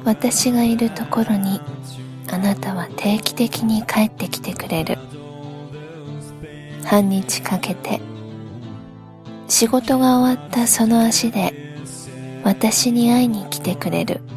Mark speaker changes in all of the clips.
Speaker 1: 私がいるところにあなたは定期的に帰ってきてくれる。半日かけて仕事が終わったその足で私に会いに来てくれる。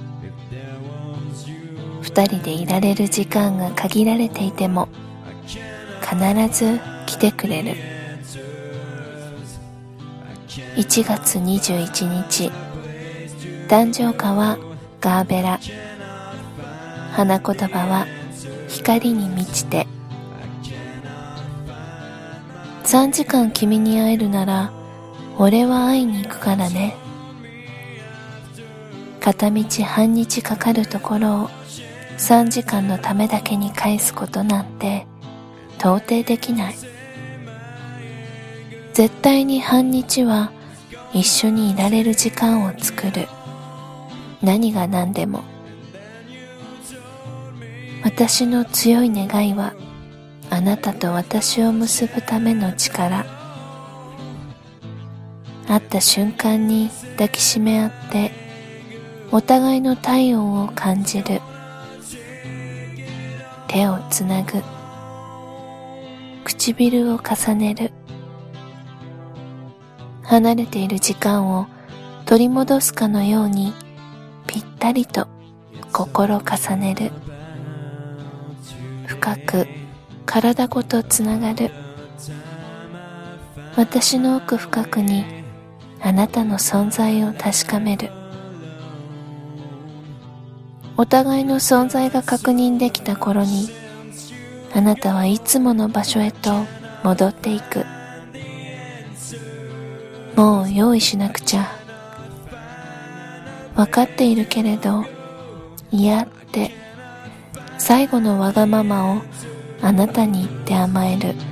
Speaker 1: 二人でいられる時間が限られていても必ず来てくれる。1月21日、誕生花はガーベラ。花言葉は光に満ちて。3時間君に会えるなら俺は会いに行くからね。片道半日かかるところを3時間のためだけに返すことなんて到底できない。絶対に半日は一緒にいられる時間を作る。何が何でも。私の強い願いはあなたと私を結ぶための力。会った瞬間に抱きしめ合ってお互いの体温を感じる。手をつなぐ。唇を重ねる。離れている時間を取り戻すかのようにぴったりと心重ねる。深く体ごとつながる。私の奥深くにあなたの存在を確かめる。お互いの存在が確認できた頃にあなたはいつもの場所へと戻っていく。もう用意しなくちゃ。わかっているけれど、嫌って最後のわがままをあなたに言って甘える。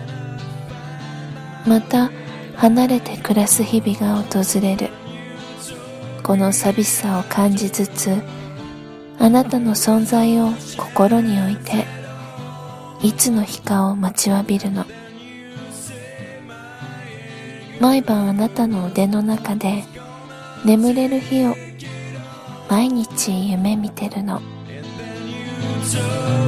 Speaker 1: また離れて暮らす日々が訪れる。この寂しさを感じつつ、あなたの存在を心に置いて、いつの日かを待ちわびるの。毎晩あなたの腕の中で眠れる日を毎日夢見てるの。